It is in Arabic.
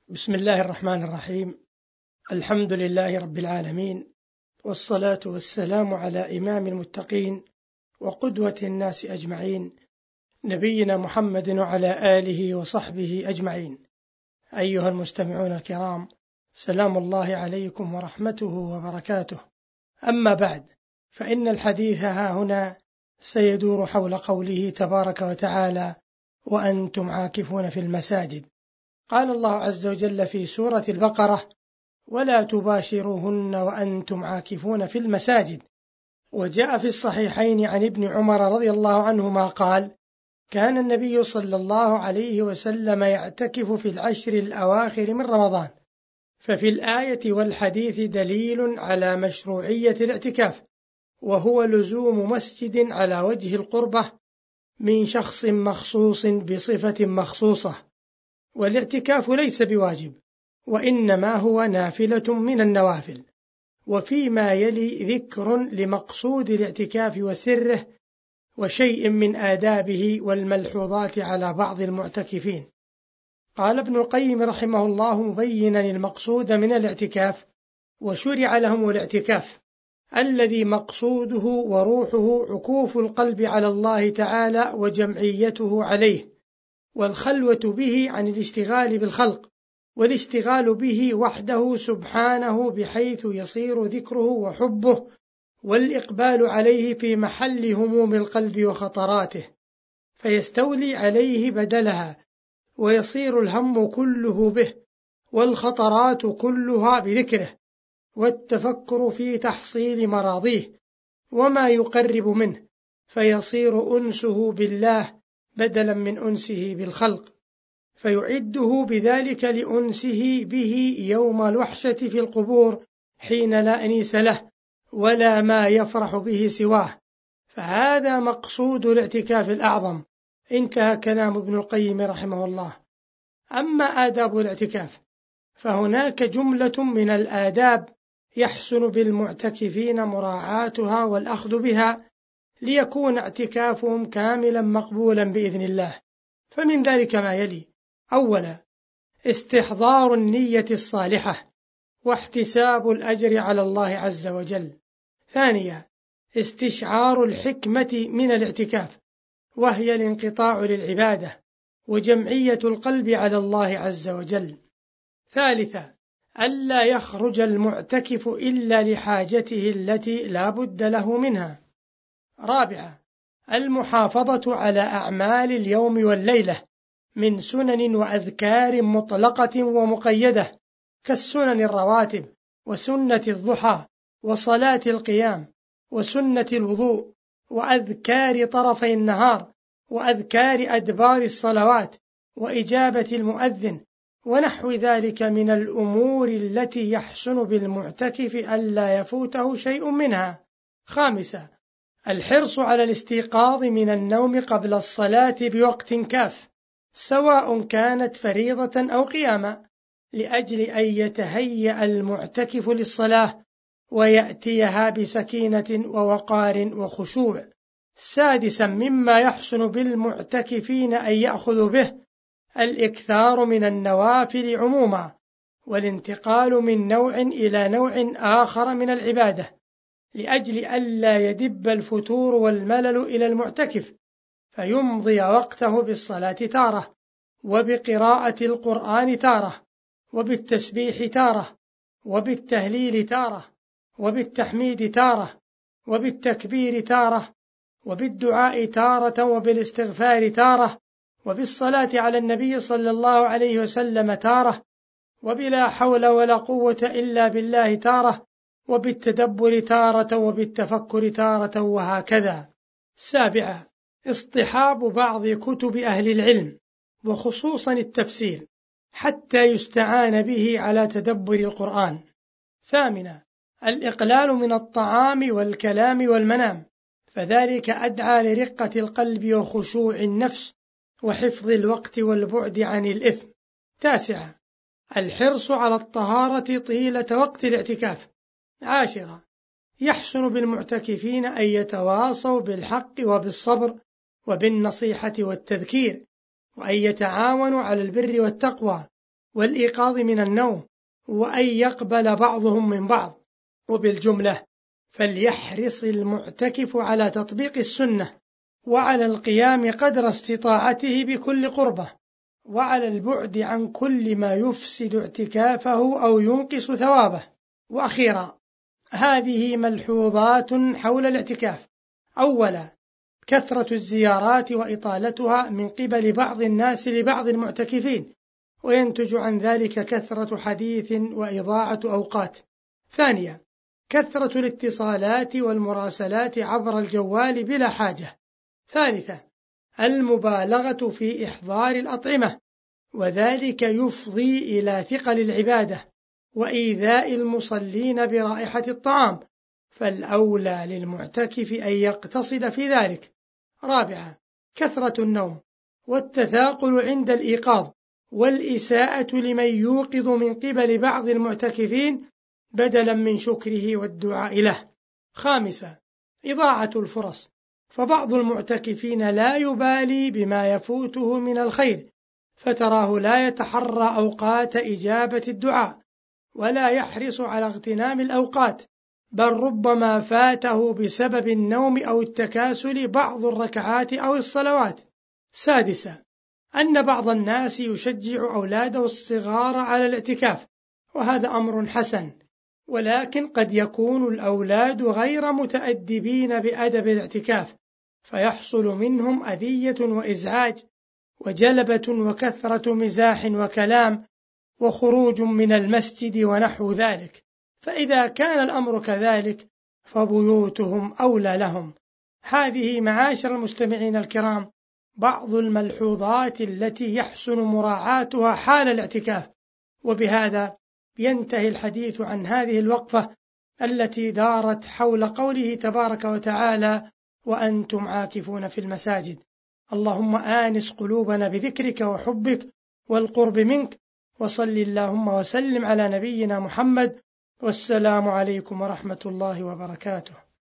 بسم الله الرحمن الرحيم. الحمد لله رب العالمين، والصلاة والسلام على إمام المتقين وقدوة الناس أجمعين، نبينا محمد وعلى آله وصحبه أجمعين. أيها المستمعون الكرام، سلام الله عليكم ورحمته وبركاته. أما بعد، فإن الحديث ها هنا سيدور حول قوله تبارك وتعالى: وأنتم عاكفون في المساجد. قال الله عز وجل في سورة البقرة: ولا تباشروهن وأنتم عاكفون في المساجد. وجاء في الصحيحين عن ابن عمر رضي الله عنهما قال: كان النبي صلى الله عليه وسلم يعتكف في العشر الأواخر من رمضان. ففي الآية والحديث دليل على مشروعية الاعتكاف، وهو لزوم مسجد على وجه القربة من شخص مخصوص بصفة مخصوصة. والاعتكاف ليس بواجب، وإنما هو نافلة من النوافل. وفيما يلي ذكر لمقصود الاعتكاف وسره وشيء من آدابه والملحوظات على بعض المعتكفين. قال ابن القيم رحمه الله مبينا المقصود من الاعتكاف: وشرع لهم الاعتكاف الذي مقصوده وروحه عكوف القلب على الله تعالى وجمعيته عليه، والخلوة به عن الاشتغال بالخلق، والاشتغال به وحده سبحانه بحيث يصير ذكره وحبه والإقبال عليه في محل هموم القلب وخطراته، فيستولي عليه بدلها، ويصير الهم كله به والخطرات كلها بذكره، والتفكر في تحصيل مراضيه وما يقرب منه، فيصير أنسه بالله بدلا من أنسه بالخلق، فيعده بذلك لأنسه به يوم الوحشة في القبور، حين لا أنيس له ولا ما يفرح به سواه. فهذا مقصود الاعتكاف الأعظم. انتهى كلام ابن القيم رحمه الله. أما آداب الاعتكاف، فهناك جملة من الآداب يحسن بالمعتكفين مراعاتها والأخذ بها ليكون اعتكافهم كاملا مقبولا بإذن الله. فمن ذلك ما يلي: أولا، استحضار النية الصالحة واحتساب الأجر على الله عز وجل. ثانيا، استشعار الحكمة من الاعتكاف، وهي الانقطاع للعبادة وجمعية القلب على الله عز وجل. ثالثا، ألا يخرج المعتكف إلا لحاجته التي لا بد له منها. رابعا، المحافظة على أعمال اليوم والليلة من سنن وأذكار مطلقة ومقيدة، كالسنن الرواتب وسنة الضحى وصلاة القيام وسنة الوضوء وأذكار طرفي النهار وأذكار أدبار الصلوات وإجابة المؤذن ونحو ذلك من الأمور التي يحسن بالمعتكف ألا يفوته شيء منها. خامسا، الحرص على الاستيقاظ من النوم قبل الصلاة بوقت كاف، سواء كانت فريضة أو قياما، لأجل أن يتهيأ المعتكف للصلاة ويأتيها بسكينة ووقار وخشوع. سادسا، مما يحسن بالمعتكفين أن يأخذوا به الإكثار من النوافل عموما، والانتقال من نوع إلى نوع آخر من العبادة، لأجل ألا يدب الفتور والملل إلى المعتكف، فيمضي وقته بالصلاة تارة، وبقراءة القرآن تارة، وبالتسبيح تارة، وبالتهليل تارة، وبالتحميد تارة، وبالتكبير تارة، وبالدعاء تارة، وبالاستغفار تارة، وبالصلاة على النبي صلى الله عليه وسلم تارة، وبلا حول ولا قوة إلا بالله تارة، وبالتدبر تارة، وبالتفكر تارة، وهكذا. سابعا، اصطحاب بعض كتب أهل العلم وخصوصا التفسير حتى يستعان به على تدبر القرآن. ثامنا، الإقلال من الطعام والكلام والمنام، فذلك أدعى لرقة القلب وخشوع النفس وحفظ الوقت والبعد عن الإثم. تاسعا، الحرص على الطهارة طيلة وقت الاعتكاف. عاشرا، يحسن بالمعتكفين أن يتواصوا بالحق وبالصبر وبالنصيحة والتذكير، وأن يتعاونوا على البر والتقوى، والإيقاظ من النوم، وأن يقبل بعضهم من بعض. وبالجملة فليحرص المعتكف على تطبيق السنة، وعلى القيام قدر استطاعته بكل قربة، وعلى البعد عن كل ما يفسد اعتكافه أو ينقص ثوابه. وأخيرا، هذه ملحوظات حول الاعتكاف. أولا، كثرة الزيارات وإطالتها من قبل بعض الناس لبعض المعتكفين، وينتج عن ذلك كثرة حديث وإضاعة أوقات. ثانيا، كثرة الاتصالات والمراسلات عبر الجوال بلا حاجة. ثالثا، المبالغة في إحضار الأطعمة، وذلك يفضي إلى ثقل العبادة وإيذاء المصلين برائحة الطعام، فالأولى للمعتكف أن يقتصد في ذلك. رابعا، كثرة النوم والتثاقل عند الإيقاظ والإساءة لمن يوقظ من قبل بعض المعتكفين بدلا من شكره والدعاء له. خامسا، إضاعة الفرص، فبعض المعتكفين لا يبالي بما يفوته من الخير، فتراه لا يتحرى أوقات إجابة الدعاء ولا يحرص على اغتنام الأوقات، بل ربما فاته بسبب النوم أو التكاسل بعض الركعات أو الصلوات. سادسا، أن بعض الناس يشجع أولاده الصغار على الاعتكاف، وهذا أمر حسن، ولكن قد يكون الأولاد غير متأدبين بأدب الاعتكاف، فيحصل منهم أذية وإزعاج وجلبة وكثرة مزاح وكلام وخروج من المسجد ونحو ذلك. فإذا كان الأمر كذلك فبيوتهم أولى لهم. هذه معاشر المستمعين الكرام بعض الملحوظات التي يحسن مراعاتها حال الاعتكاف. وبهذا ينتهي الحديث عن هذه الوقفة التي دارت حول قوله تبارك وتعالى: وأنتم عاكفون في المساجد. اللهم آنس قلوبنا بذكرك وحبك والقرب منك، وصل اللهم وسلم على نبينا محمد، والسلام عليكم ورحمة الله وبركاته.